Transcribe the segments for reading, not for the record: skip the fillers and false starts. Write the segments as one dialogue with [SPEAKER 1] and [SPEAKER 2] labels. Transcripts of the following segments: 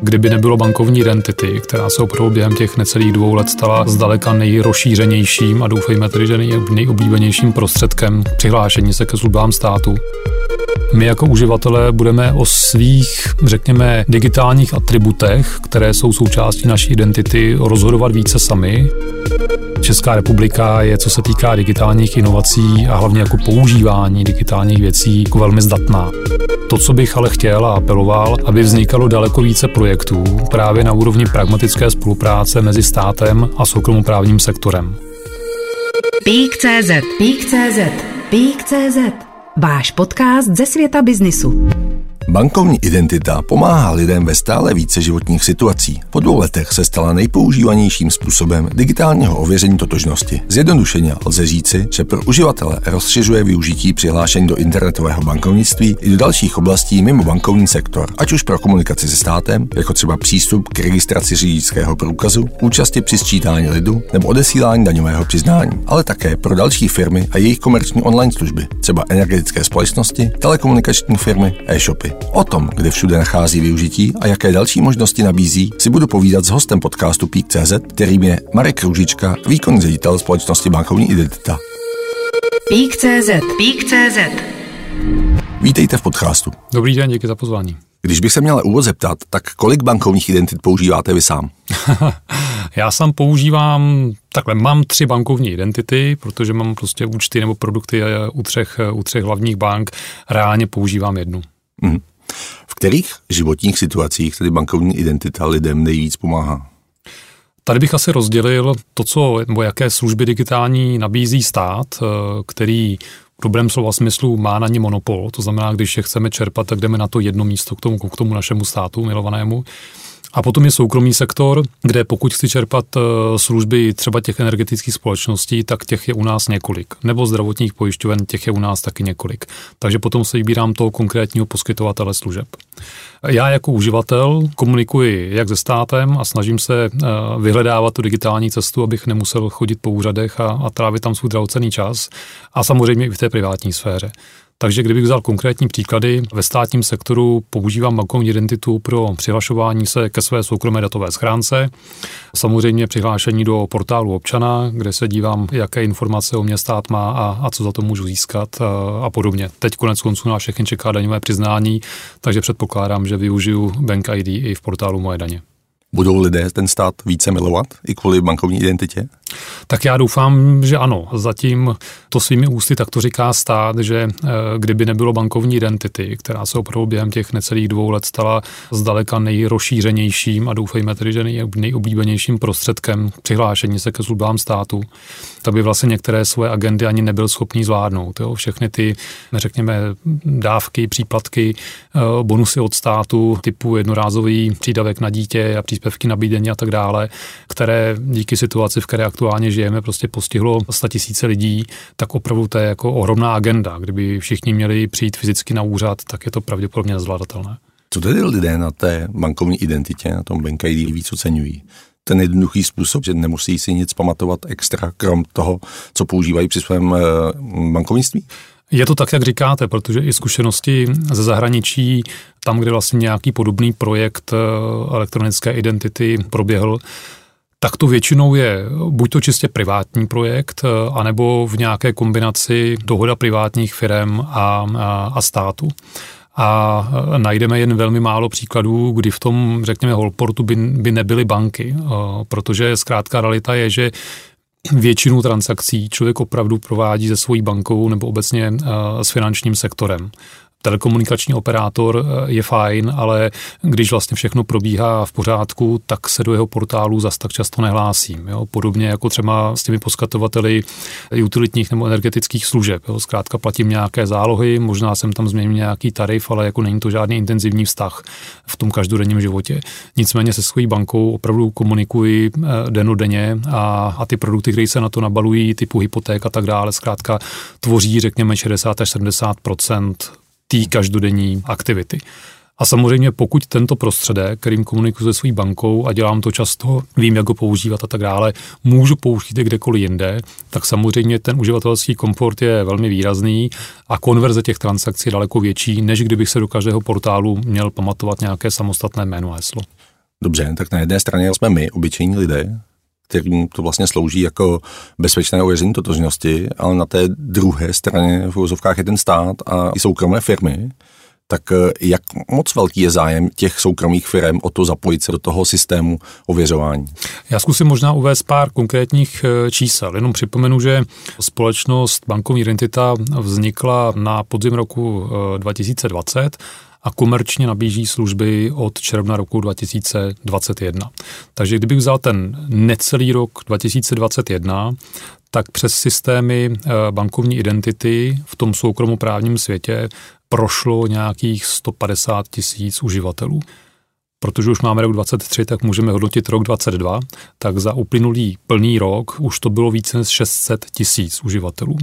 [SPEAKER 1] Kdyby nebylo bankovní identity, která se opravdu během těch necelých 2 let stala zdaleka nejrozšířenějším a doufejme tedy, že nejoblíbenějším prostředkem přihlášení se ke službám státu, my jako uživatelé budeme o svých, řekněme, digitálních atributech, které jsou součástí naší identity, rozhodovat více sami. Česká republika je, co se týká digitálních inovací a hlavně jako používání digitálních věcí, jako velmi zdatná. To, co bych ale chtěl a apeloval, aby vznikalo daleko více projektů právě na úrovni pragmatické spolupráce mezi státem a soukromoprávním sektorem.
[SPEAKER 2] Peak.cz Váš podcast ze světa biznisu.
[SPEAKER 3] Bankovní identita pomáhá lidem ve stále více životních situací. Po 2 letech se stala nejpoužívanějším způsobem digitálního ověření totožnosti. Zjednodušeně lze říci, že pro uživatele rozšiřuje využití přihlášení do internetového bankovnictví i do dalších oblastí mimo bankovní sektor, ať už pro komunikaci se státem, jako třeba přístup k registraci řidičského průkazu, účasti při sčítání lidu nebo odesílání daňového přiznání, ale také pro další firmy a jejich komerční online služby, třeba energetické společnosti, telekomunikační firmy, e-shopy. O tom, kde všude nachází využití a jaké další možnosti nabízí, si budu povídat s hostem podcastu Peak.cz, kterým je Marek Růžička, výkonný ředitel společnosti Bankovní identita.
[SPEAKER 2] Peak.cz
[SPEAKER 3] Vítejte v podcastu.
[SPEAKER 1] Dobrý den, díky za pozvání.
[SPEAKER 3] Když bych se měl úvod zeptat, tak kolik bankovních identit používáte vy sám?
[SPEAKER 1] Já sám používám, mám 3 bankovní identity, protože mám prostě účty nebo produkty u třech hlavních bank, reálně používám 1.
[SPEAKER 3] V kterých životních situacích tedy bankovní identita lidem nejvíc pomáhá?
[SPEAKER 1] Tady bych asi rozdělil to, jaké služby digitální nabízí stát, který v dobrém slova smyslu má na ně monopol. To znamená, když je chceme čerpat, tak jdeme na to jedno místo k tomu našemu státu milovanému. A potom je soukromý sektor, kde pokud chci čerpat služby třeba těch energetických společností, tak těch je u nás několik. Nebo zdravotních pojišťoven, těch je u nás taky několik. Takže potom se vybírám toho konkrétního poskytovatele služeb. Já jako uživatel komunikuji jak se státem a snažím se vyhledávat tu digitální cestu, abych nemusel chodit po úřadech a trávit tam svůj drahocenný čas. A samozřejmě i v té privátní sféře. Takže kdybych vzal konkrétní příklady, ve státním sektoru používám bankovní identitu pro přihlašování se ke své soukromé datové schránce, samozřejmě přihlášení do portálu občana, kde se dívám, jaké informace o mě stát má a co za to můžu získat a podobně. Teď konec konců nás všechny čeká daňové přiznání, takže předpokládám, že využiju Bank ID i v portálu Moje daně.
[SPEAKER 3] Budou lidé ten stát více milovat i kvůli bankovní identitě?
[SPEAKER 1] Tak já doufám, že ano. Zatím to svými ústy tak to říká stát, že kdyby nebylo bankovní identity, která se opravdu během těch necelých 2 let stala zdaleka nejrozšířenějším a doufejme tedy, že nejoblíbenějším prostředkem přihlášení se ke službám státu, tak by vlastně některé svoje agendy ani nebyl schopný zvládnout. Jo? Všechny ty, řekněme, dávky, příplatky, bonusy od státu typu jednorázový přídavek na dítě a příspěvky na bydlení a tak dále, které díky situaci, v které aktuálně žijeme, prostě postihlo 100 000 lidí, tak opravdu to je jako ohromná agenda. Kdyby všichni měli přijít fyzicky na úřad, tak je to pravděpodobně nezvládatelné.
[SPEAKER 3] Co tedy lidé na té bankovní identitě, na tom Bank ID víc oceňují? Ten jednoduchý způsob, že nemusí si nic pamatovat extra, krom toho, co používají při svém bankovnictví?
[SPEAKER 1] Je to tak, jak říkáte, protože i zkušenosti ze zahraničí, tam, kde vlastně nějaký podobný projekt elektronické identity proběhl, tak to většinou je buď to čistě privátní projekt, anebo v nějaké kombinaci dohoda privátních firem a státu. A najdeme jen velmi málo příkladů, kdy v tom, řekněme, holportu by nebyly banky, protože zkrátka realita je, že většinu transakcí člověk opravdu provádí se svojí bankou nebo obecně s finančním sektorem. Telekomunikační operátor je fajn, ale když vlastně všechno probíhá v pořádku, tak se do jeho portálu zas tak často nehlásím. Jo? Podobně jako třeba s těmi poskytovateli utilitních nebo energetických služeb. Jo? Zkrátka platím nějaké zálohy, možná jsem tam změnil nějaký tarif, ale jako není to žádný intenzivní vztah v tom každodenním životě. Nicméně se svojí bankou opravdu komunikuji dennodenně a ty produkty, které se na to nabalují, typu hypoték a tak dále, zkrátka tvoří, řekněme, 60 až 70% té každodenní aktivity. A samozřejmě pokud tento prostředek, kterým komunikuji se svou bankou a dělám to často, vím, jak ho používat a tak dále, můžu použít kdekoliv jinde, tak samozřejmě ten uživatelský komfort je velmi výrazný a konverze těch transakcí je daleko větší, než kdybych se do každého portálu měl pamatovat nějaké samostatné jméno a heslo.
[SPEAKER 3] Dobře, tak na jedné straně jsme my, obyčejní lidé, kterým to vlastně slouží jako bezpečné ověření totožnosti, ale na té druhé straně v uvozovkách je ten stát a i soukromé firmy. Tak jak moc velký je zájem těch soukromých firm o to zapojit se do toho systému ověřování?
[SPEAKER 1] Já zkusím možná uvést pár konkrétních čísel. Jenom připomenu, že společnost Bankovní identita vznikla na podzim roku 2020 a komerčně nabízí služby od června roku 2021. Takže kdybych vzal ten necelý rok 2021, tak přes systémy bankovní identity v tom soukromoprávním světě prošlo nějakých 150 000 uživatelů. Protože už máme rok 2023, tak můžeme hodnotit rok 2022, tak za uplynulý plný rok už to bylo více než 600 000 uživatelů.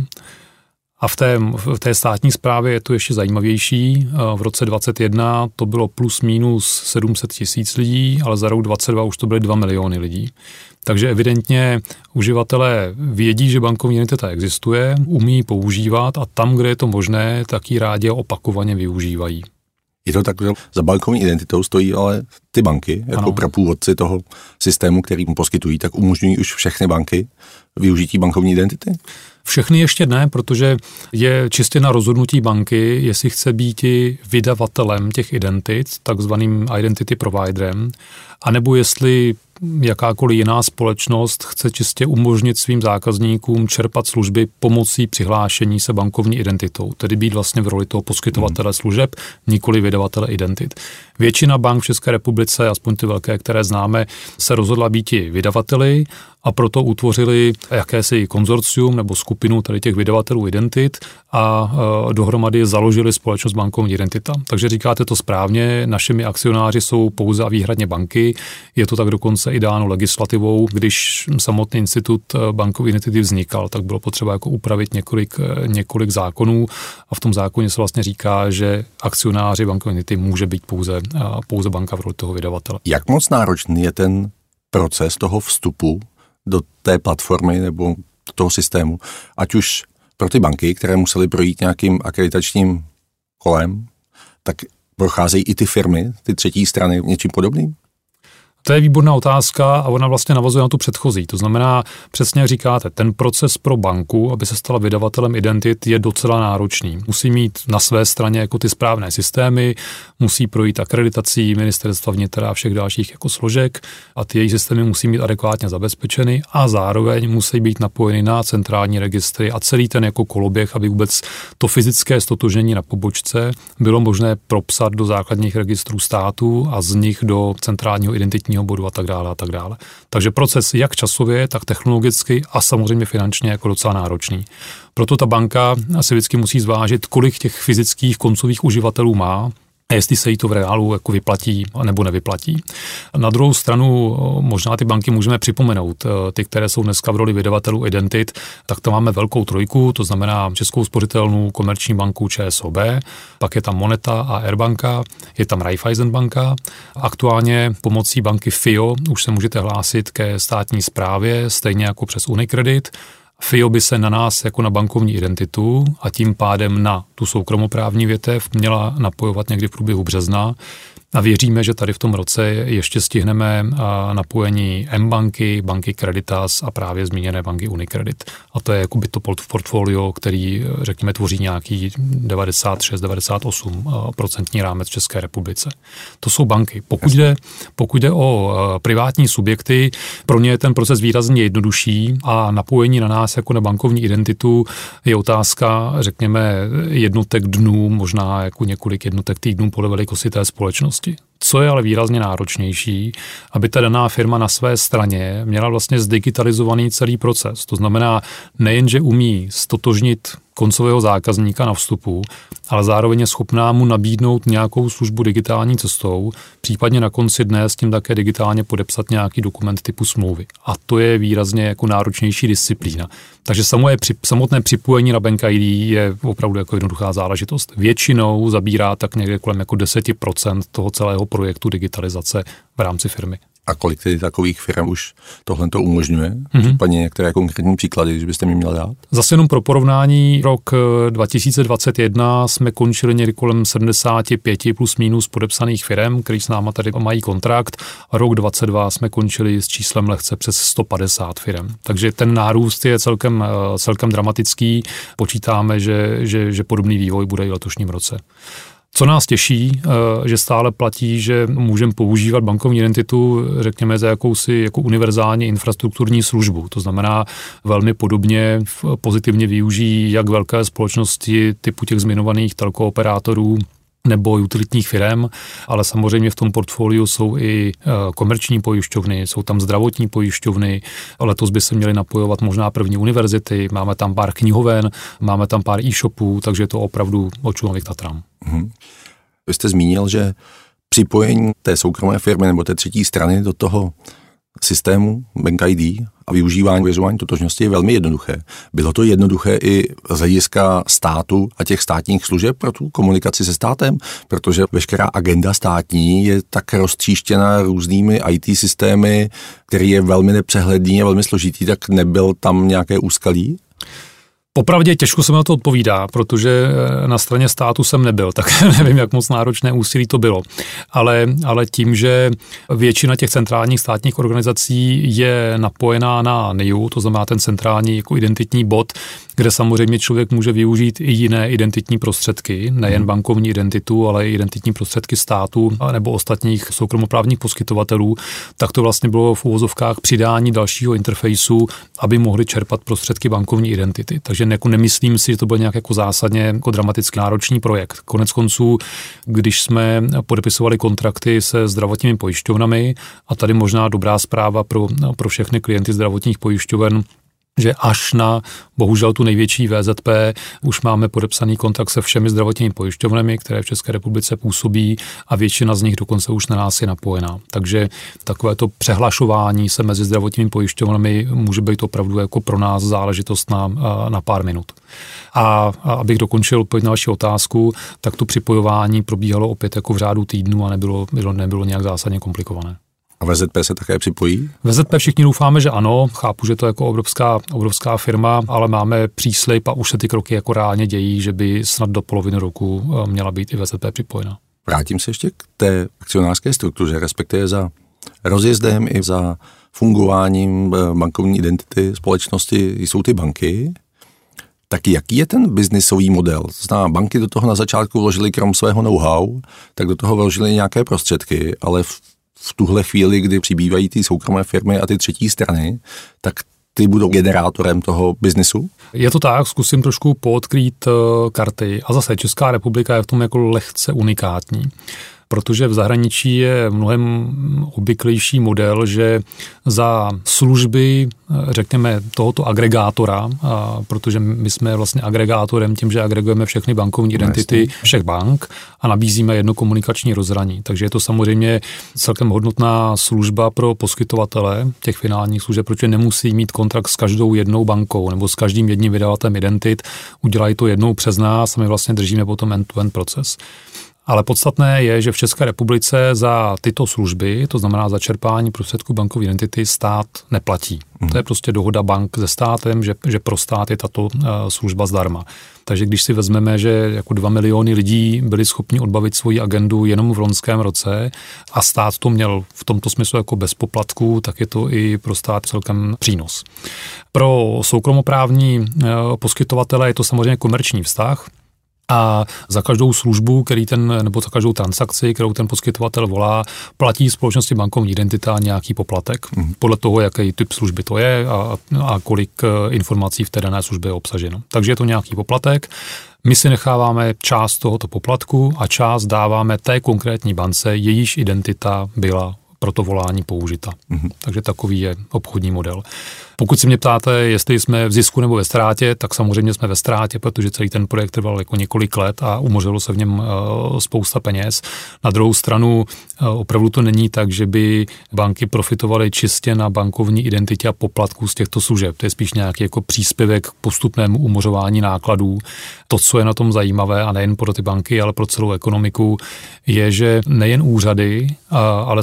[SPEAKER 1] A v té státní správě je to ještě zajímavější. V roce 2021 to bylo plus minus 700 000 lidí, ale za rok 2022 už to byly 2 miliony lidí. Takže evidentně uživatelé vědí, že bankovní identita existuje, umí používat a tam, kde je to možné, tak ji rádi opakovaně využívají.
[SPEAKER 3] Je to tak, že za bankovní identitou stojí ale ty banky, jako prapůvodci toho systému, který mu poskytují, tak umožňují už všechny banky využití bankovní identity?
[SPEAKER 1] Všechny ještě ne, protože je čistě na rozhodnutí banky, jestli chce být vydavatelem těch identit, takzvaným identity providerem, anebo jestli jakákoliv jiná společnost chce čistě umožnit svým zákazníkům čerpat služby pomocí přihlášení se bankovní identitou, tedy být vlastně v roli toho poskytovatele služeb, nikoli vydavatele identit. Většina bank v České republice, aspoň ty velké, které známe, se rozhodla být vydavateli a proto utvořili jakési konzorcium nebo skupinu tady těch vydavatelů identit a dohromady založili společnost Bankovní identita. Takže říkáte to správně, našimi akcionáři jsou pouze a výhradně banky, je to tak dokonce i dáno legislativou, když samotný institut bankovní identity vznikal, tak bylo potřeba jako upravit několik zákonů a v tom zákoně se vlastně říká, že akcionáři bankovní identity může být pouze banka v roli toho vydavatele.
[SPEAKER 3] Jak moc náročný je ten proces toho vstupu do té platformy nebo do toho systému, ať už pro ty banky, které musely projít nějakým akreditačním kolem, tak procházejí i ty firmy, ty třetí strany něčím podobným?
[SPEAKER 1] To je výborná otázka a ona vlastně navazuje na tu předchozí. To znamená, přesně jak říkáte, ten proces pro banku, aby se stala vydavatelem identit, je docela náročný. Musí mít na své straně jako ty správné systémy, musí projít akreditací Ministerstva vnitra a všech dalších jako složek a ty jejich systémy musí být adekvátně zabezpečeny a zároveň musí být napojeny na centrální registry a celý ten jako koloběh, aby vůbec to fyzické stotožnění na pobočce bylo možné propsat do základních registrů státu a z nich do centrálního identitního bodu a tak dále. Takže proces jak časově, tak technologicky a samozřejmě finančně jako docela náročný. Proto ta banka asi vždycky musí zvážit, kolik těch fyzických koncových uživatelů má a jestli se jí to v reálu jako vyplatí nebo nevyplatí. Na druhou stranu možná ty banky můžeme připomenout, ty, které jsou dneska v roli vydavatelů identit, tak tam máme velkou trojku, to znamená Českou spořitelnu, Komerční banku, ČSOB, pak je tam Moneta a Airbanka, je tam Raiffeisen banka. Aktuálně pomocí banky FIO už se můžete hlásit ke státní správě, stejně jako přes Unicredit. FIO by se na nás jako na bankovní identitu a tím pádem na tu soukromoprávní větev měla napojovat někdy v průběhu března. A věříme, že tady v tom roce ještě stihneme napojení M-banky, banky Creditas a právě zmíněné banky Unicredit. A to je jakoby to portfolio, který, řekněme, tvoří nějaký 96-98% rámec České republice. To jsou banky. Pokud jde o privátní subjekty, pro ně je ten proces výrazně jednodušší a napojení na nás jako na bankovní identitu je otázka, řekněme, jednotek dnů, možná jako několik jednotek týdnů podle velikosti té společnosti. Co je ale výrazně náročnější, aby ta daná firma na své straně měla vlastně zdigitalizovaný celý proces. To znamená nejenže umí stotožnit koncového zákazníka na vstupu, ale zároveň je schopná mu nabídnout nějakou službu digitální cestou, případně na konci dne s tím také digitálně podepsat nějaký dokument typu smlouvy. A to je výrazně jako náročnější disciplína. Takže samotné připojení na Bank ID je opravdu jako jednoduchá záležitost. Většinou zabírá tak někde kolem jako 10% toho celého projektu digitalizace v rámci firmy.
[SPEAKER 3] A kolik tedy takových firm už tohle to umožňuje? Případně některé konkrétní příklady, když byste mi měli dát?
[SPEAKER 1] Zase jenom pro porovnání, rok 2021 jsme končili někdy kolem 75 plus minus podepsaných firm, který s náma tady mají kontrakt. A rok 2022 jsme končili s číslem lehce přes 150 firm. Takže ten nárůst je celkem dramatický. Počítáme, že podobný vývoj bude i v letošním roce. Co nás těší, že stále platí, že můžeme používat bankovní identitu, řekněme, za jakousi jako univerzální infrastrukturní službu. To znamená, velmi podobně pozitivně využijí jak velké společnosti typu těch zmiňovaných telkooperátorů nebo utilitních firem, ale samozřejmě v tom portfoliu jsou i komerční pojišťovny, jsou tam zdravotní pojišťovny, letos by se měly napojovat možná první univerzity, máme tam pár knihoven, máme tam pár e-shopů, takže je to opravdu od Šumavy k Tatrám.
[SPEAKER 3] Vy jste zmínil, že připojení té soukromé firmy nebo té třetí strany do toho systému Bank ID a využívání ověřování totožnosti je velmi jednoduché. Bylo to jednoduché i z hlediska státu a těch státních služeb pro tu komunikaci se státem, protože veškerá agenda státní je tak roztříštěna různými IT systémy, který je velmi nepřehledný a velmi složitý, tak nebyl tam nějaké úskalí?
[SPEAKER 1] Popravdě těžko se mi na to odpovídá, protože na straně státu jsem nebyl, tak nevím, jak moc náročné úsilí to bylo. Ale tím, že většina těch centrálních státních organizací je napojená na NIU, to znamená ten centrální jako identitní bod, kde samozřejmě člověk může využít i jiné identitní prostředky, nejen bankovní identitu, ale i identitní prostředky státu nebo ostatních soukromoprávních poskytovatelů, tak to vlastně bylo v uvozovkách přidání dalšího interfejsu, aby mohli čerpat prostředky bankovní identity. Takže jako nemyslím si, že to byl nějak jako zásadně jako dramaticky náročný projekt. Konec konců, když jsme podepisovali kontrakty se zdravotními pojišťovnami, a tady možná dobrá zpráva pro všechny klienty zdravotních pojišťoven, že až na bohužel tu největší VZP už máme podepsaný kontrakt se všemi zdravotními pojišťovnami, které v České republice působí a většina z nich dokonce už na nás je napojená. Takže takovéto přehlašování se mezi zdravotními pojišťovnami může být opravdu jako pro nás záležitost na pár minut. A abych dokončil odpověď na vaši otázku, tak to připojování probíhalo opět jako v řádu týdnů a nebylo nějak zásadně komplikované.
[SPEAKER 3] A VZP se také připojí?
[SPEAKER 1] VZP všichni doufáme, že ano. Chápu, že to je jako obrovská firma, ale máme příslib a už se ty kroky jako reálně dějí, že by snad do poloviny roku měla být i VZP připojena.
[SPEAKER 3] Vrátím se ještě k té akcionářské struktuře, respektive za rozjezdem i za fungováním bankovní identity společnosti jsou ty banky. Tak jaký je ten biznisový model? Banky do toho na začátku vložily krom svého know-how, tak do toho vložily nějaké prostředky, ale v tuhle chvíli, kdy přibývají ty soukromé firmy a ty třetí strany, tak ty budou generátorem toho biznisu?
[SPEAKER 1] Je to tak, zkusím trošku poodkrýt karty. A zase Česká republika je v tom jako lehce unikátní, protože v zahraničí je mnohem obvyklejší model, že za služby, řekněme, tohoto agregátora, protože my jsme vlastně agregátorem tím, že agregujeme všechny bankovní identity všech bank a nabízíme jedno komunikační rozhraní. Takže je to samozřejmě celkem hodnotná služba pro poskytovatele těch finálních služeb, protože nemusí mít kontrakt s každou jednou bankou nebo s každým jedním vydavatelem identit. Udělají to jednou přes nás a my vlastně držíme potom end-to-end proces. Ale podstatné je, že v České republice za tyto služby, to znamená za čerpání prostředků bankovní identity, stát neplatí. To je prostě dohoda bank se státem, že pro stát je tato služba zdarma. Takže když si vezmeme, že jako 2 miliony lidí byli schopni odbavit svoji agendu jenom v loňském roce a stát to měl v tomto smyslu jako bez poplatků, tak je to i pro stát celkem přínos. Pro soukromoprávní poskytovatele je to samozřejmě komerční vztah, a za každou službu, nebo za každou transakci, kterou ten poskytovatel volá, platí společnosti bankovní identita nějaký poplatek. Podle toho, jaký typ služby to je a kolik informací v té dané službě je obsaženo. Takže je to nějaký poplatek. My si necháváme část tohoto poplatku a část dáváme té konkrétní bance, jejíž identita byla pro to volání použita. Takže takový je obchodní model. Pokud si mě ptáte, jestli jsme v zisku nebo ve ztrátě, tak samozřejmě jsme ve ztrátě, protože celý ten projekt trval jako několik let a umořilo se v něm spousta peněz. Na druhou stranu opravdu to není tak, že by banky profitovaly čistě na bankovní identitě a poplatku z těchto služeb. To je spíš nějaký jako příspěvek k postupnému umořování nákladů. To, co je na tom zajímavé, a nejen pro ty banky, ale pro celou ekonomiku, je, že nejen úřady, ale samozřejmě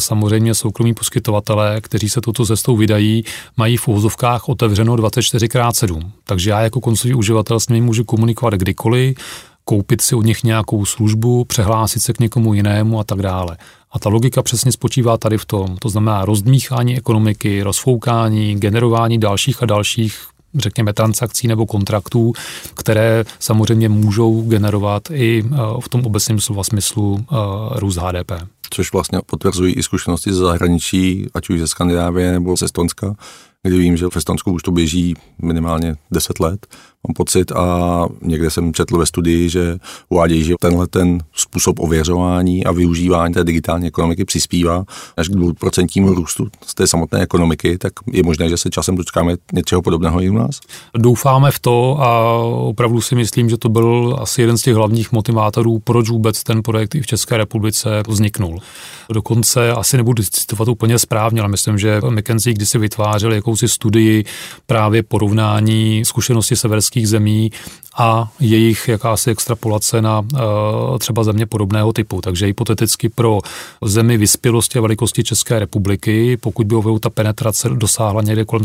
[SPEAKER 1] samozřejmě soukromí poskytovatelé, kteří se touto cestou vydají, mají v uvozovkách otevřeno 24x7. Takže já jako koncový uživatel s nimi můžu komunikovat kdykoliv, koupit si od nich nějakou službu, přehlásit se k někomu jinému a tak dále. A ta logika přesně spočívá tady v tom. To znamená rozdmíchání ekonomiky, rozfoukání, generování dalších a dalších, řekněme, transakcí nebo kontraktů, které samozřejmě můžou generovat i v tom obecném slova smyslu růst HDP.
[SPEAKER 3] Což vlastně potvrzují i zkušenosti ze zahraničí, ať už ze Skandinávie nebo z Estonska, kdy vím, že v Estonsku už to běží minimálně 10 let, mám pocit, a někde jsem četl ve studii, že uvádějí, že ten způsob ověřování a využívání té digitální ekonomiky přispívá až k 2% růstu z té samotné ekonomiky, tak je možné, že se časem dočkáme něčeho podobného i u nás?
[SPEAKER 1] Doufáme v to a opravdu si myslím, že to byl asi jeden z těch hlavních motivátorů, proč vůbec ten projekt i v České republice vzniknul. Dokonce asi nebudu citovat úplně správně, ale myslím, že McKinsey kdysi vytvářel jakousi studii právě porovnání zkušenosti severských zemí a jejich jakási extrapolace na třeba země podobného typu. Takže hypoteticky pro zemi vyspělosti a velikosti České republiky, pokud by opravdu ta penetrace dosáhla někde kolem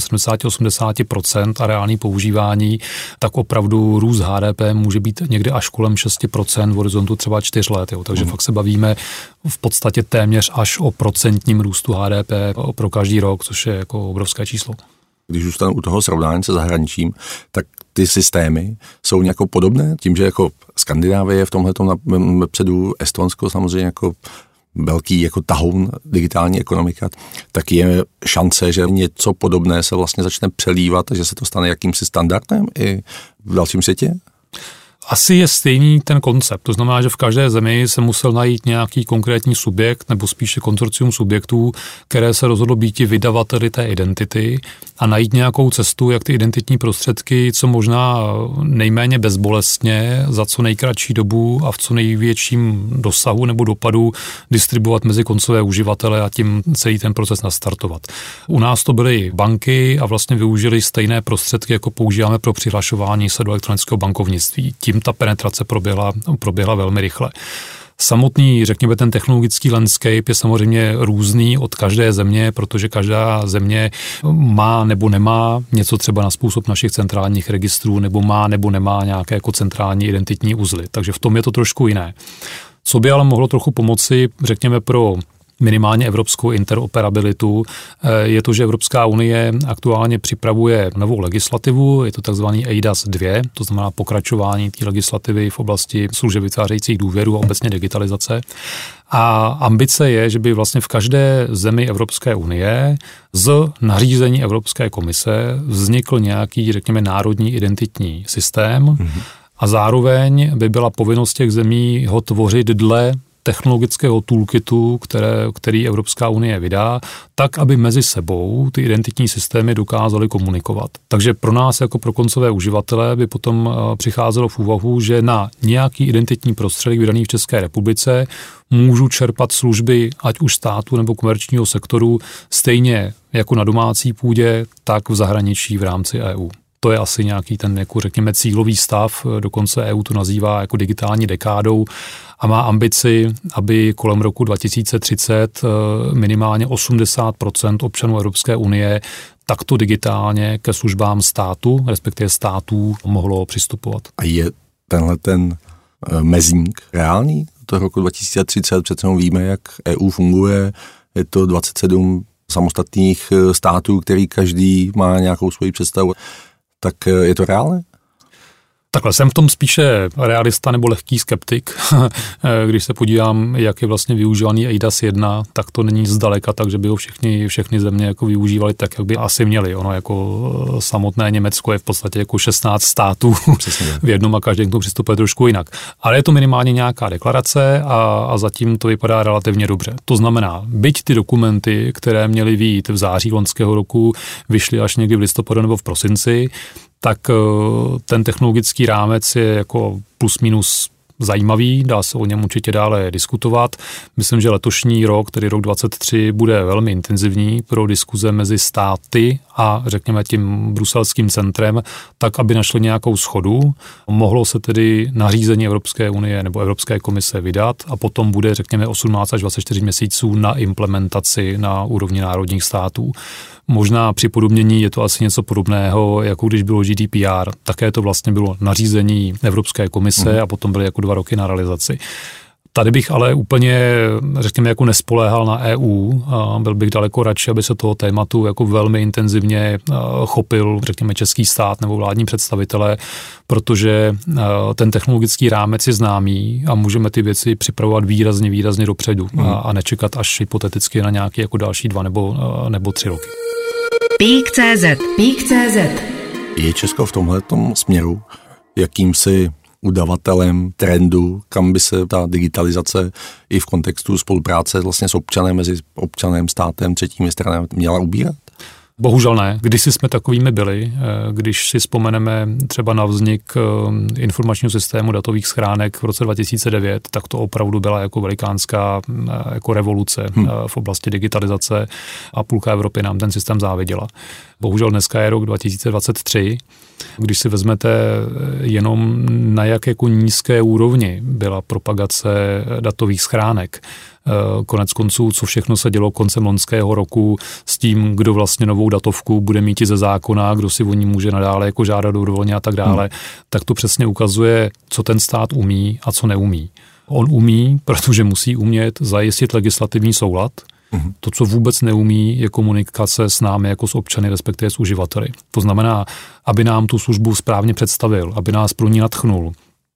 [SPEAKER 1] 70-80% a reálný používání, tak opravdu růst HDP může být někde až kolem 6% v horizontu třeba 4 let. Jo. Takže fakt se bavíme v podstatě téměř až o procentním růstu HDP pro každý rok, což je jako obrovské číslo.
[SPEAKER 3] Když zůstanu u toho srovnání se zahraničím, tak ty systémy jsou nějak podobné, tím, že jako Skandinávie je v tomhletom napředu, Estonsko samozřejmě jako velký jako tahoun digitální ekonomika, tak je šance, že něco podobné se vlastně začne přelívat a že se to stane jakýmsi standardem i v dalším světě?
[SPEAKER 1] Asi je stejný ten koncept, to znamená, že v každé zemi se musel najít nějaký konkrétní subjekt nebo spíše konsorcium subjektů, které se rozhodlo být vydavateli té identity a najít nějakou cestu, jak ty identitní prostředky co možná nejméně bezbolestně, za co nejkratší dobu a v co největším dosahu nebo dopadu distribuovat mezi koncové uživatele a tím celý ten proces nastartovat. U nás to byly banky a vlastně využili stejné prostředky, jako používáme pro přihlašování se do elektronického bankovnictví. Tím ta penetrace proběhla velmi rychle. Samotný, řekněme, ten technologický landscape je samozřejmě různý od každé země, protože každá země má nebo nemá něco třeba na způsob našich centrálních registrů, nebo má nebo nemá nějaké jako centrální identitní uzly. Takže v tom je to trošku jiné. Co by ale mohlo trochu pomoci, řekněme, pro minimálně evropskou interoperabilitu, je to, že Evropská unie aktuálně připravuje novou legislativu, je to takzvaný eIDAS 2, to znamená pokračování té legislativy v oblasti služeb vytvářejících důvěru a obecně digitalizace. A ambice je, že by vlastně v každé zemi Evropské unie z nařízení Evropské komise vznikl nějaký, řekněme, národní identitní systém a zároveň by byla povinnost těch zemí ho tvořit dle technologického toolkitu, který Evropská unie vydá, tak, aby mezi sebou ty identitní systémy dokázaly komunikovat. Takže pro nás jako pro koncové uživatele by potom přicházelo v úvahu, že na nějaký identitní prostředek vydaný v České republice můžu čerpat služby ať už státu nebo komerčního sektoru stejně jako na domácí půdě, tak v zahraničí v rámci EU. To je asi nějaký ten, jako řekněme, cílový stav, dokonce EU to nazývá jako digitální dekádou a má ambici, aby kolem roku 2030 minimálně 80% občanů Evropské unie takto digitálně ke službám státu, respektive států, mohlo přistupovat.
[SPEAKER 3] A je tenhle ten mezník reálný? Do roku 2030 přece víme, jak EU funguje, je to 27 samostatných států, který každý má nějakou svoji představu. Tak je to reálné?
[SPEAKER 1] Takhle jsem v tom spíše realista nebo lehký skeptik. Když se podívám, jak je vlastně využívaný eIDAS 1, tak to není zdaleka tak, že by ho všechny země jako využívali tak, jak by asi měli. Ono jako samotné Německo je v podstatě jako 16 států v jednom a každý k tomu přistupuje trošku jinak. Ale je to minimálně nějaká deklarace a zatím to vypadá relativně dobře. To znamená, byť ty dokumenty, které měly vyjít v září loňského roku, vyšly až někdy v listopadu nebo v prosinci, tak ten technologický rámec je jako plus minus zajímavý, dá se o něm určitě dále diskutovat. Myslím, že letošní rok, tedy rok 2023, bude velmi intenzivní pro diskuze mezi státy a řekněme tím bruselským centrem, tak, aby našli nějakou shodu. Mohlo se tedy nařízení Evropské unie nebo Evropské komise vydat a potom bude, řekněme, 18 až 24 měsíců na implementaci na úrovni národních států. Možná při podobnění je to asi něco podobného, jako když bylo GDPR. Také to vlastně bylo nařízení Evropské komise a potom byly jako 2 roky na realizaci. Tady bych ale úplně, řekněme, jako nespoléhal na EU. Byl bych daleko radši, aby se toho tématu jako velmi intenzivně chopil, řekněme, český stát nebo vládní představitelé, protože ten technologický rámec je známý a můžeme ty věci připravovat výrazně dopředu a nečekat až hypoteticky na nějaké jako další 2 nebo 3 roky.
[SPEAKER 2] Peak.cz
[SPEAKER 3] Je Česko v tomhletom směru jakýmsi udavatelem trendu, kam by se ta digitalizace i v kontextu spolupráce vlastně s občanem, mezi občanem, státem, třetími stranami měla ubírat?
[SPEAKER 1] Bohužel ne. Kdysi jsme takovými byli. Když si vzpomeneme třeba na vznik informačního systému datových schránek v roce 2009, tak to opravdu byla jako velikánská jako revoluce v oblasti digitalizace a půlka Evropy nám ten systém záviděla. Bohužel dneska je rok 2023. Když si vezmete jenom na jak jako nízké úrovni byla propagace datových schránek, konec konců, co všechno se dělo koncem loňského roku s tím, kdo vlastně novou datovku bude mít i ze zákona, kdo si o ní může nadále jako žádat dobrovolně a tak dále, tak to přesně ukazuje, co ten stát umí a co neumí. On umí, protože musí umět zajistit legislativní soulad. To, co vůbec neumí, je komunikace s námi jako s občany, respektive s uživateli. To znamená, aby nám tu službu správně představil, aby nás pro ní nadchnul,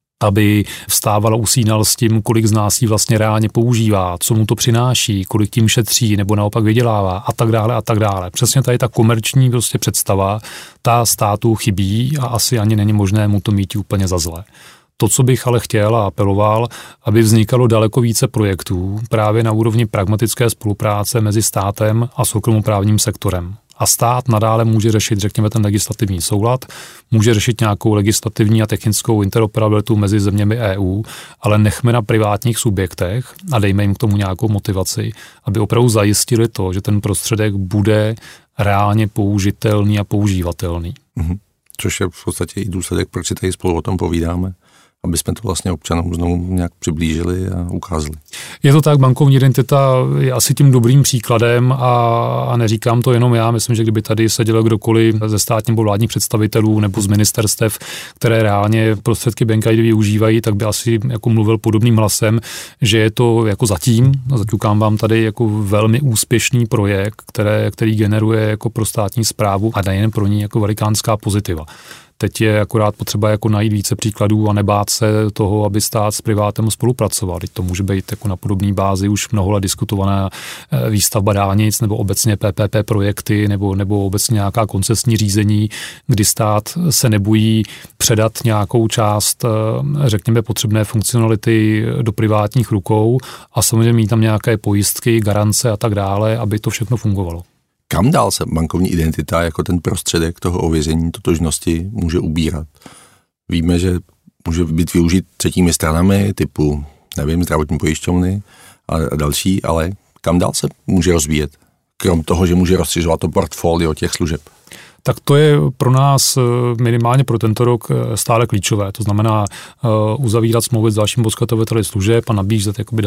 [SPEAKER 1] aby vstával a usínal s tím, kolik z nás ji vlastně reálně používá, co mu to přináší, kolik tím šetří nebo naopak vydělává a tak dále a tak dále. Přesně tady ta komerční prostě představa, ta státu chybí a asi ani není možné mu to mít úplně za zlé. To, co bych ale chtěl a apeloval, aby vznikalo daleko více projektů právě na úrovni pragmatické spolupráce mezi státem a soukromoprávním sektorem. A stát nadále může řešit, řekněme, ten legislativní soulad, může řešit nějakou legislativní a technickou interoperabilitu mezi zeměmi EU, ale nechme na privátních subjektech a dejme jim k tomu nějakou motivaci, aby opravdu zajistili to, že ten prostředek bude reálně použitelný a používatelný.
[SPEAKER 3] Což je v podstatě i důsledek, proč si tady spolu o tom povídáme, aby jsme to vlastně občanům znovu nějak přiblížili a ukázali.
[SPEAKER 1] Je to tak, bankovní identita je asi tím dobrým příkladem a neříkám to jenom já, myslím, že kdyby tady seděl kdokoliv ze státních nebo vládních představitelů nebo z ministerstev, které reálně prostředky Bank ID využívají, tak by asi jako mluvil podobným hlasem, že je to jako zaťukám vám tady jako velmi úspěšný projekt, který generuje jako pro státní správu a nejen pro ní jako velikánská pozitiva. Teď je akorát potřeba jako najít více příkladů a nebát se toho, aby stát s privátem spolupracoval. To může být jako na podobné bázi už mnoho let diskutovaná výstavba dálnic nebo obecně PPP projekty nebo obecně nějaká koncesní řízení, kdy stát se nebojí předat nějakou část, řekněme, potřebné funkcionality do privátních rukou a samozřejmě mít tam nějaké pojistky, garance a tak dále, aby to všechno fungovalo.
[SPEAKER 3] Kam dál se bankovní identita jako ten prostředek toho ověření totožnosti může ubírat? Víme, že může být využít třetími stranami typu, nevím, zdravotní pojišťovny a další, ale kam dál se může rozvíjet? Krom toho, že může rozšiřovat to portfolio těch služeb.
[SPEAKER 1] Tak to je pro nás minimálně pro tento rok stále klíčové. To znamená uzavírat smlouvy s dalším poskytovateli služeb a nabízet jakoby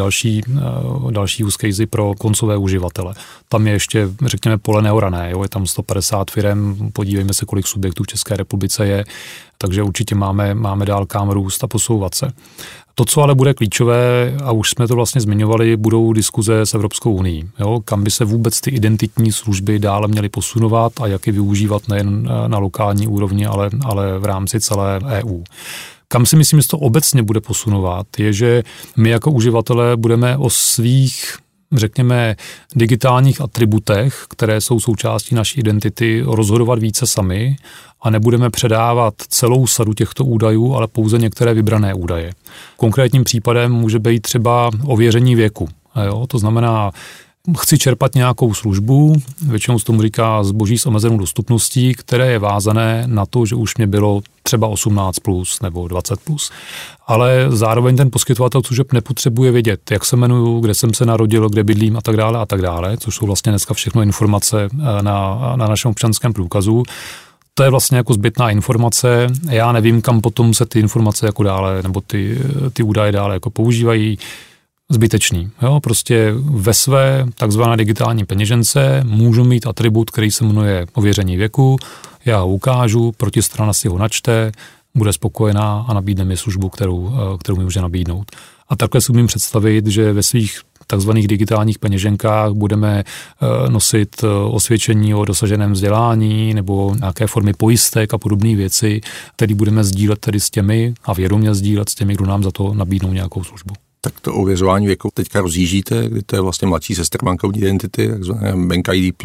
[SPEAKER 1] další use casey pro koncové uživatele. Tam je ještě, řekněme, pole neorané. Jo? Je tam 150 firem, podívejme se, kolik subjektů v České republice je, takže určitě máme dál kam růst a posouvat se. To, co ale bude klíčové, a už jsme to vlastně zmiňovali, budou diskuze s Evropskou unií. Jo? Kam by se vůbec ty identitní služby dále měly posunovat a jak je využívat nejen na lokální úrovni, ale v rámci celé EU. Kam si myslím, že to obecně bude posunovat, je, že my jako uživatelé budeme o svých, řekněme, digitálních atributech, které jsou součástí naší identity, rozhodovat více sami a nebudeme předávat celou sadu těchto údajů, ale pouze některé vybrané údaje. Konkrétním případem může být třeba ověření věku. Jo? To znamená, chci čerpat nějakou službu, většinou se tomu říká zboží s omezenou dostupností, které je vázané na to, že už mě bylo třeba 18+ nebo 20+. Ale zároveň ten poskytovatel služeb nepotřebuje vědět, jak se jmenuju, kde jsem se narodil, kde bydlím a tak dále, což jsou vlastně dneska všechno informace na našem občanském průkazu. To je vlastně jako zbytná informace. Já nevím, kam potom se ty informace jako dále, nebo ty údaje dále jako používají. Zbytečný. Jo? Prostě ve své takzvané digitální peněžence můžu mít atribut, který se jmenuje ověření věku, já ho ukážu, protistrana si ho načte, bude spokojená a nabídne mi službu, kterou mi může nabídnout. A takhle si umím představit, že ve svých takzvaných digitálních peněženkách budeme nosit osvědčení o dosaženém vzdělání nebo nějaké formy pojistek a podobné věci, které budeme sdílet tedy s těmi a vědomě sdílet s těmi, kdo nám za to nabídnou nějakou službu.
[SPEAKER 3] Tak to ověřování věku teďka rozjíždíte, kdy to je vlastně mladší sestra bankovní identity, takzvané Bank ID+.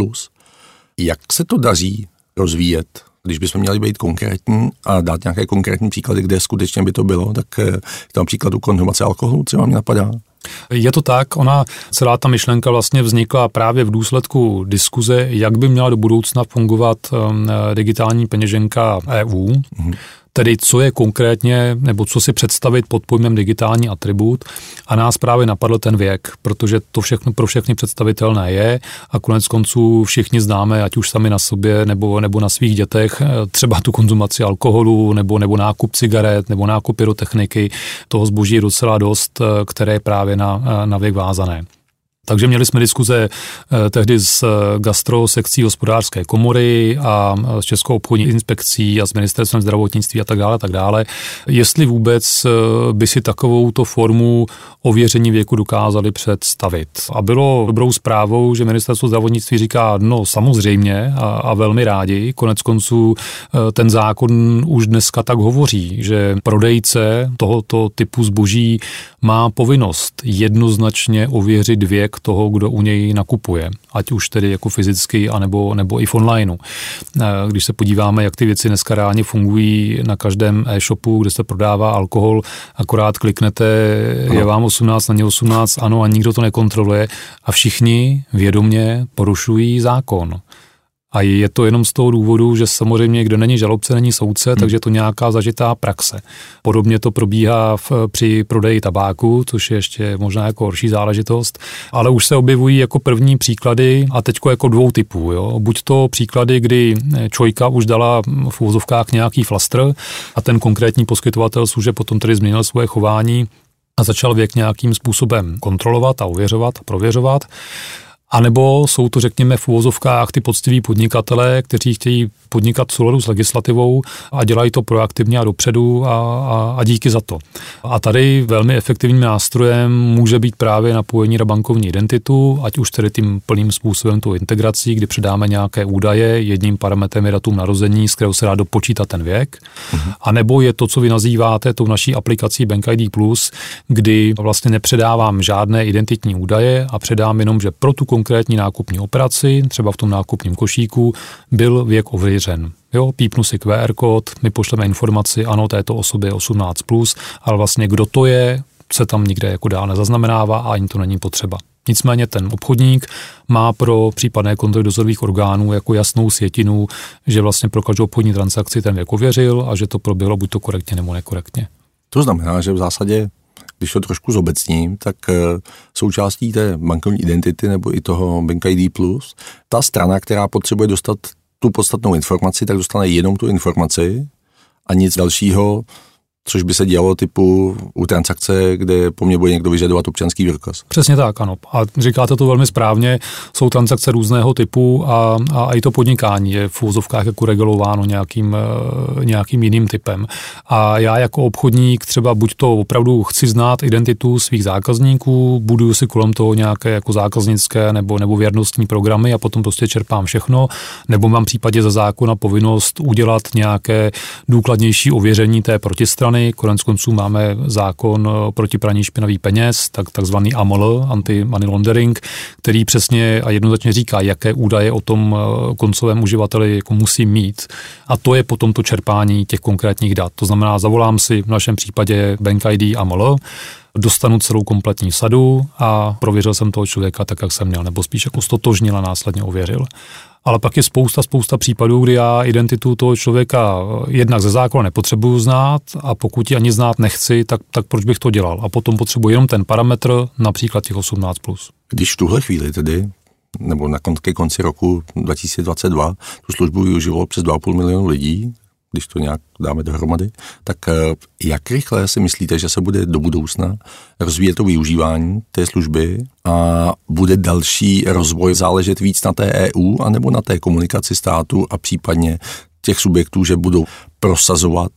[SPEAKER 3] Jak se to daří rozvíjet? Když bychom měli být konkrétní a dát nějaké konkrétní příklady, kde skutečně by to bylo, tak tam příklad u konzumace alkoholu třeba mě napadá.
[SPEAKER 1] Je to tak, celá ta myšlenka vlastně vznikla právě v důsledku diskuze, jak by měla do budoucna fungovat digitální peněženka EU, tedy co je konkrétně, nebo co si představit pod pojmem digitální atribut a nás právě napadl ten věk, protože to všechno pro všechny představitelné je a konec konců všichni známe, ať už sami na sobě nebo na svých dětech, třeba tu konzumaci alkoholu nebo nákup cigaret nebo nákup pyrotechniky, toho zboží je docela dost, které je právě na věk vázané. Takže měli jsme diskuze tehdy s gastrosekcí hospodářské komory a s Českou obchodní inspekcí a s ministerstvem zdravotnictví a tak dále, jestli vůbec by si takovouto formu ověření věku dokázali představit. A bylo dobrou zprávou, že ministerstvo zdravotnictví říká, no samozřejmě a velmi rádi, konec konců ten zákon už dneska tak hovoří, že prodejce tohoto typu zboží má povinnost jednoznačně ověřit věk toho, kdo u něj nakupuje, ať už tedy jako fyzicky, anebo i v onlineu. Když se podíváme, jak ty věci dneska reálně fungují na každém e-shopu, kde se prodává alkohol, akorát kliknete, je vám 18, není 18, ano, a nikdo to nekontroluje a všichni vědomě porušují zákon. A je to jenom z toho důvodu, že samozřejmě, kde není žalobce, není soudce, takže je to nějaká zažitá praxe. Podobně to probíhá při prodeji tabáku, což je ještě možná jako horší záležitost, ale už se objevují jako první příklady a teďko jako dvou typů. Jo? Buď to příklady, kdy čojka už dala v uvozovkách nějaký flastr a ten konkrétní poskytovatel služeb potom tedy změnil svoje chování a začal věk nějakým způsobem kontrolovat a ověřovat a prověřovat. A nebo jsou to, řekněme, v uvozovkách ty poctiví podnikatelé, kteří chtějí podnikat v souladu s legislativou a dělají to proaktivně a dopředu a díky za to. A tady velmi efektivním nástrojem může být právě napojení na bankovní identitu, ať už tedy tím plným způsobem tou integrací, kdy předáme nějaké údaje, jedním parametrem je datum narození, z kterého se dá dopočítat ten věk, a nebo je to, co vy nazýváte tou naší aplikací Bank ID+, kdy vlastně nepředávám žádné identitní údaje a předám jenom, že pro tu konkrétní nákupní operaci, třeba v tom nákupním košíku, byl věk ověřen. Jo, pípnu si QR kód, my pošleme informaci, ano, této osobě je 18+, ale vlastně kdo to je, se tam nikde jako dál nezaznamenává a ani to není potřeba. Nicméně ten obchodník má pro případné kontroly dozorových orgánů jako jasnou sjetinu, že vlastně pro každou obchodní transakci ten věk ověřil a že to proběhlo buď to korektně nebo nekorektně.
[SPEAKER 3] To znamená, že v zásadě, když to trošku zobecním, tak součástí té bankovní identity nebo i toho Bank ID+, ta strana, která potřebuje dostat tu podstatnou informaci, tak dostane jenom tu informaci a nic dalšího, což by se dělalo typu u transakce, kde po mně bude někdo vyžadovat občanský průkaz.
[SPEAKER 1] Přesně tak, ano. A říkáte to velmi správně, jsou transakce různého typu a i to podnikání je v uvozovkách jako regulováno nějakým jiným typem. A já jako obchodník třeba buď to opravdu chci znát identitu svých zákazníků, buduju si kolem toho nějaké jako zákaznické nebo věrnostní programy a potom prostě čerpám všechno, nebo mám v případě za zákona povinnost udělat nějaké důkladnější ověření té protistrany, orgány. Konec konců máme zákon proti praní špinavých peněz, takzvaný AML, anti-money laundering, který přesně a jednoznačně říká, jaké údaje o tom koncovém uživateli jako musí mít. A to je potom to čerpání těch konkrétních dat. To znamená, zavolám si v našem případě Bank ID AML, dostanu celou kompletní sadu a prověřil jsem toho člověka tak, jak jsem měl, nebo spíš jako stotožnil a následně ověřil. Ale pak je spousta případů, kdy já identitu toho člověka jednak ze zákona nepotřebuju znát a pokud ji ani znát nechci, tak proč bych to dělal? A potom potřebuji jenom ten parametr, například těch 18+.
[SPEAKER 3] Když v tuhle chvíli tedy, nebo ke konci roku 2022, tu službu využilo přes 2,5 milionu lidí, když to nějak dáme dohromady, tak jak rychle si myslíte, že se bude do budoucna rozvíjet to využívání té služby a bude další rozvoj záležet víc na té EU anebo na té komunikaci státu a případně těch subjektů, že budou prosazovat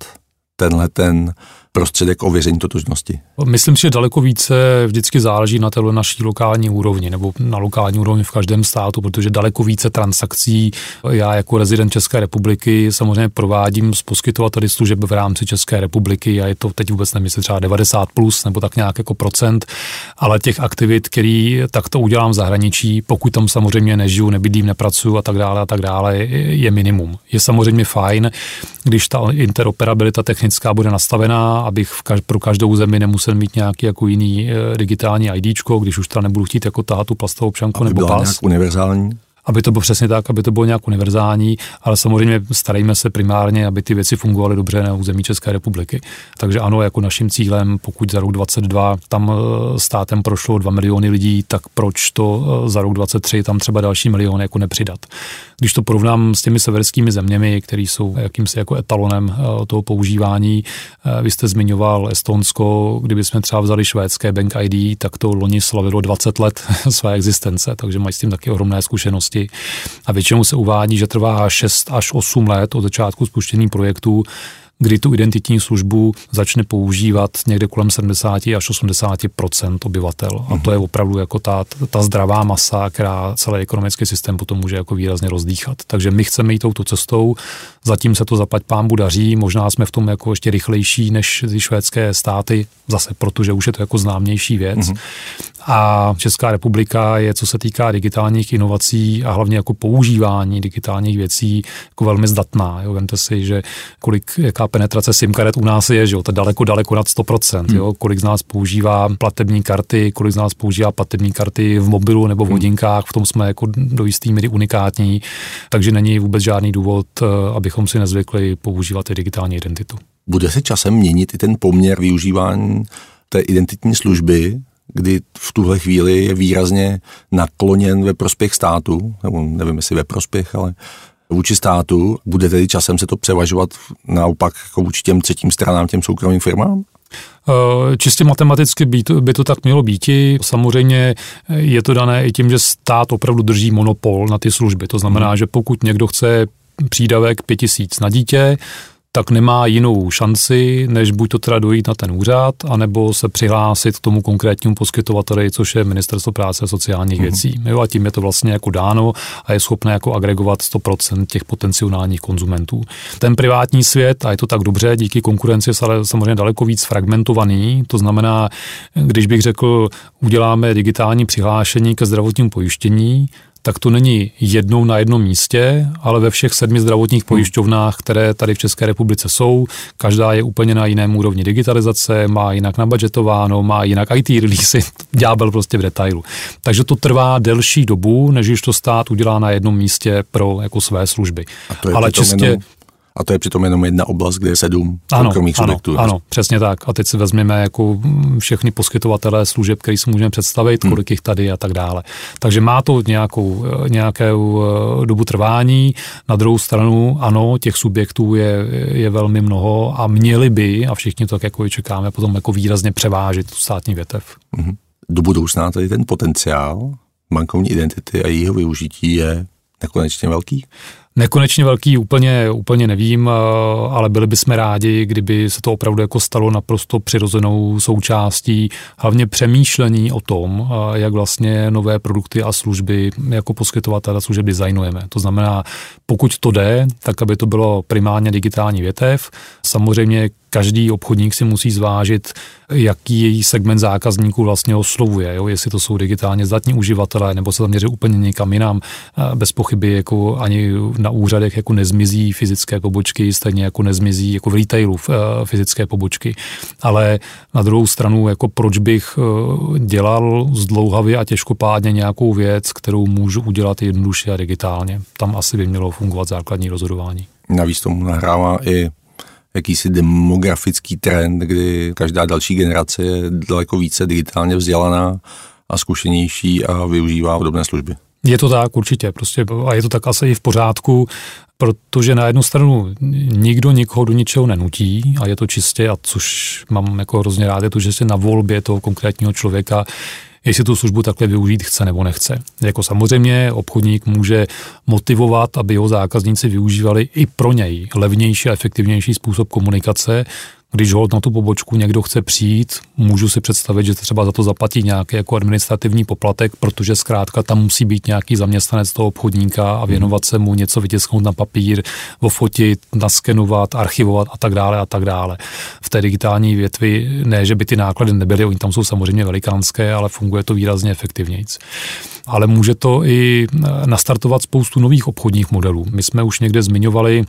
[SPEAKER 3] ten prostředek ověření totožnosti?
[SPEAKER 1] Myslím si, že daleko více vždycky záleží na té naší lokální úrovni nebo na lokální úrovni v každém státu, protože daleko více transakcí já jako rezident České republiky samozřejmě provádím s poskytovateli služeb v rámci České republiky a je to teď vůbec nemyslím třeba 90+ nebo tak nějak jako procent, ale těch aktivit, který takto udělám v zahraničí, pokud tam samozřejmě nežiju, nebydlím, nepracuju a tak dále, je minimum. Je samozřejmě fajn, když ta interoperabilita technická bude nastavená, abych pro každou zemi nemusel mít nějaký jako jiný digitální IDčko, když už teda nebudu chtít jako tahat tu plastovou občanku nebo pas.
[SPEAKER 3] Nějak univerzální?
[SPEAKER 1] Aby to bylo přesně tak, aby to bylo nějak univerzální, ale samozřejmě starejme se primárně, aby ty věci fungovaly dobře na území České republiky. Takže ano, jako naším cílem, pokud za rok 2022 tam státem prošlo 2 miliony lidí, tak proč to za rok 2023 tam třeba další milion jako nepřidat. Když to porovnám s těmi severskými zeměmi, které jsou jakýmsi jako etalonem toho používání, vy jste zmiňoval Estonsko, kdyby jsme třeba vzali švédské Bank ID, tak to loni slavilo 20 let své existence, takže mají s tím taky ohromné zkušenosti. A většinou se uvádí, že trvá 6 až 8 let od začátku spuštění projektu, kdy tu identitní službu začne používat někde kolem 70 až 80% obyvatel. A to je opravdu jako ta zdravá masa, která celý ekonomický systém potom může jako výrazně rozdýchat. Takže my chceme jít touto cestou, zatím se to zaplať pánbu daří, možná jsme v tom jako ještě rychlejší než ty švédské státy, zase protože už je to jako známější věc. A Česká republika je, co se týká digitálních inovací a hlavně jako používání digitálních věcí, jako velmi zdatná. Jo. Vemte si, že jaká penetrace SIM karet u nás je, že jo, to daleko nad 100%. Jo. Kolik z nás používá platební karty, kolik z nás používá platební karty v mobilu nebo v hodinkách, v tom jsme jako do jistý míry unikátní, takže není vůbec žádný důvod, abychom si nezvykli používat i digitální identitu.
[SPEAKER 3] Bude se časem měnit i ten poměr využívání té identitní služby, kdy v tuhle chvíli je výrazně nakloněn ve prospěch státu, nebo nevím, jestli ve prospěch, ale vůči státu, bude tedy časem se to převažovat naopak jako vůči těm třetím stranám, těm soukromým firmám?
[SPEAKER 1] Čistě matematicky by to tak mělo být. Samozřejmě je to dané i tím, že stát opravdu drží monopol na ty služby. To znamená, že pokud někdo chce přídavek 5 000 na dítě, tak nemá jinou šanci, než buď to teda dojít na ten úřad, anebo se přihlásit k tomu konkrétnímu poskytovateli, což je Ministerstvo práce a sociálních věcí. Jo, a tím je to vlastně jako dáno a je schopné jako agregovat 100% těch potenciálních konzumentů. Ten privátní svět, a je to tak dobře, díky konkurenci je samozřejmě daleko víc fragmentovaný, to znamená, když bych řekl, uděláme digitální přihlášení ke zdravotnímu pojištění, tak to není jednou na jednom místě, ale ve všech 7 zdravotních pojišťovnách, které tady v České republice jsou. Každá je úplně na jiném úrovni digitalizace, má jinak nabudžetováno, má jinak IT release, ďábel prostě v detailu. Takže to trvá delší dobu, než když to stát udělá na jednom místě pro jako své služby. Ale čistě...
[SPEAKER 3] A to je přitom jenom jedna oblast, kde je 7 soukromých subjektů.
[SPEAKER 1] Ano, přesně tak. A teď si vezmeme jako všechny poskytovatelé služeb, který si můžeme představit, kolik jich tady a tak dále. Takže má to nějakou dobu trvání. Na druhou stranu, ano, těch subjektů je velmi mnoho a měli by, a všichni to tak jako čekáme, potom jako výrazně převážit tu státní větev.
[SPEAKER 3] Do budoucna tady ten potenciál bankovní identity a jejího využití je nekonečně velký?
[SPEAKER 1] Nekonečně velký úplně nevím, ale byli bychom rádi, kdyby se to opravdu jako stalo naprosto přirozenou součástí, hlavně přemýšlení o tom, jak vlastně nové produkty a služby jako poskytovatele služeb designujeme. To znamená, pokud to jde, tak aby to bylo primárně digitální větev. Samozřejmě každý obchodník si musí zvážit, jaký její segment zákazníků vlastně oslovuje, jo? Jestli to jsou digitálně zdatní uživatelé, nebo se zaměří úplně někam jinam. Bez pochyby jako ani na úřadech jako nezmizí fyzické pobočky, stejně jako nezmizí jako v retailu fyzické pobočky. Ale na druhou stranu, jako proč bych dělal zdlouhavě a těžkopádně nějakou věc, kterou můžu udělat jednoduše a digitálně. Tam asi by mělo fungovat základní rozhodování.
[SPEAKER 3] Navíc tomu nahrává i jakýsi demografický trend, kdy každá další generace je daleko více digitálně vzdělaná a zkušenější a využívá podobné služby.
[SPEAKER 1] Je to tak určitě, prostě a je to tak asi i v pořádku, protože na jednu stranu nikdo nikoho do ničeho nenutí a je to čistě, a což mám jako hrozně rád, je to, že si na volbě toho konkrétního člověka, jestli tu službu takhle využít chce nebo nechce. Jako samozřejmě obchodník může motivovat, aby jeho zákazníci využívali i pro něj levnější a efektivnější způsob komunikace. Když holt na tu pobočku někdo chce přijít, můžu si představit, že třeba za to zaplatí nějaký jako administrativní poplatek, protože zkrátka tam musí být nějaký zaměstnanec toho obchodníka a věnovat se mu, něco vytisknout na papír, ofotit, naskenovat, archivovat a tak dále a tak dále. V té digitální větvi ne, že by ty náklady nebyly, oni tam jsou samozřejmě velikánské, ale funguje to výrazně efektivnějc. Ale může to i nastartovat spoustu nových obchodních modelů. My jsme už někde zmiňovali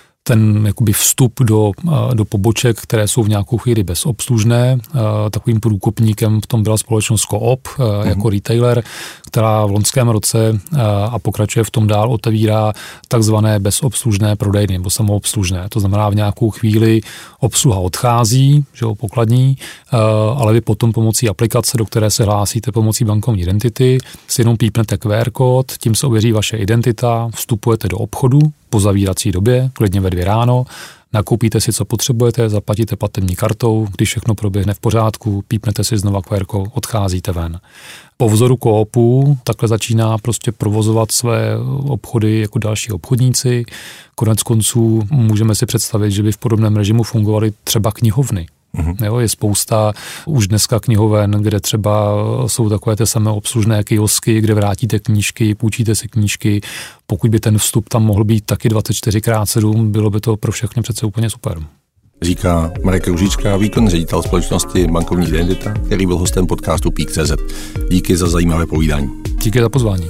[SPEAKER 1] ten jakoby vstup do poboček, které jsou v nějakou chvíli bezobslužné. Takovým průkopníkem v tom byla společnost Coop jako retailer, která v loňském roce a pokračuje v tom dál, otevírá takzvané bezobslužné prodejny nebo samoobslužné. To znamená, v nějakou chvíli obsluha odchází, že jo, pokladní, ale vy potom pomocí aplikace, do které se hlásíte pomocí bankovní identity, si jenom pípnete QR kód, tím se ověří vaše identita, vstupujete do obchodu po zavírací době, klidně ve 2 ráno, nakoupíte si, co potřebujete, zaplatíte platební kartou, když všechno proběhne v pořádku, pípnete si znova QR kód, odcházíte ven. Po vzoru Coopu takhle začíná prostě provozovat své obchody jako další obchodníci. Konec konců můžeme si představit, že by v podobném režimu fungovaly třeba knihovny. Jo, je spousta už dneska knihoven, kde třeba jsou takové ty samé obslužné kiosky, kde vrátíte knížky, půjčíte si knížky. Pokud by ten vstup tam mohl být taky 24x7, bylo by to pro všechny přece úplně super.
[SPEAKER 3] Říká Marek Růžička, výkonný ředitel společnosti Bankovní identita, který byl hostem podcastu Peak.cz. Díky za zajímavé povídání.
[SPEAKER 1] Díky za pozvání.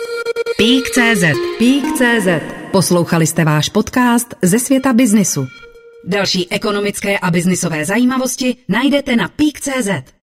[SPEAKER 2] Peak.cz. Poslouchali jste váš podcast ze světa biznisu. Další ekonomické a biznisové zajímavosti najdete na Peak.cz.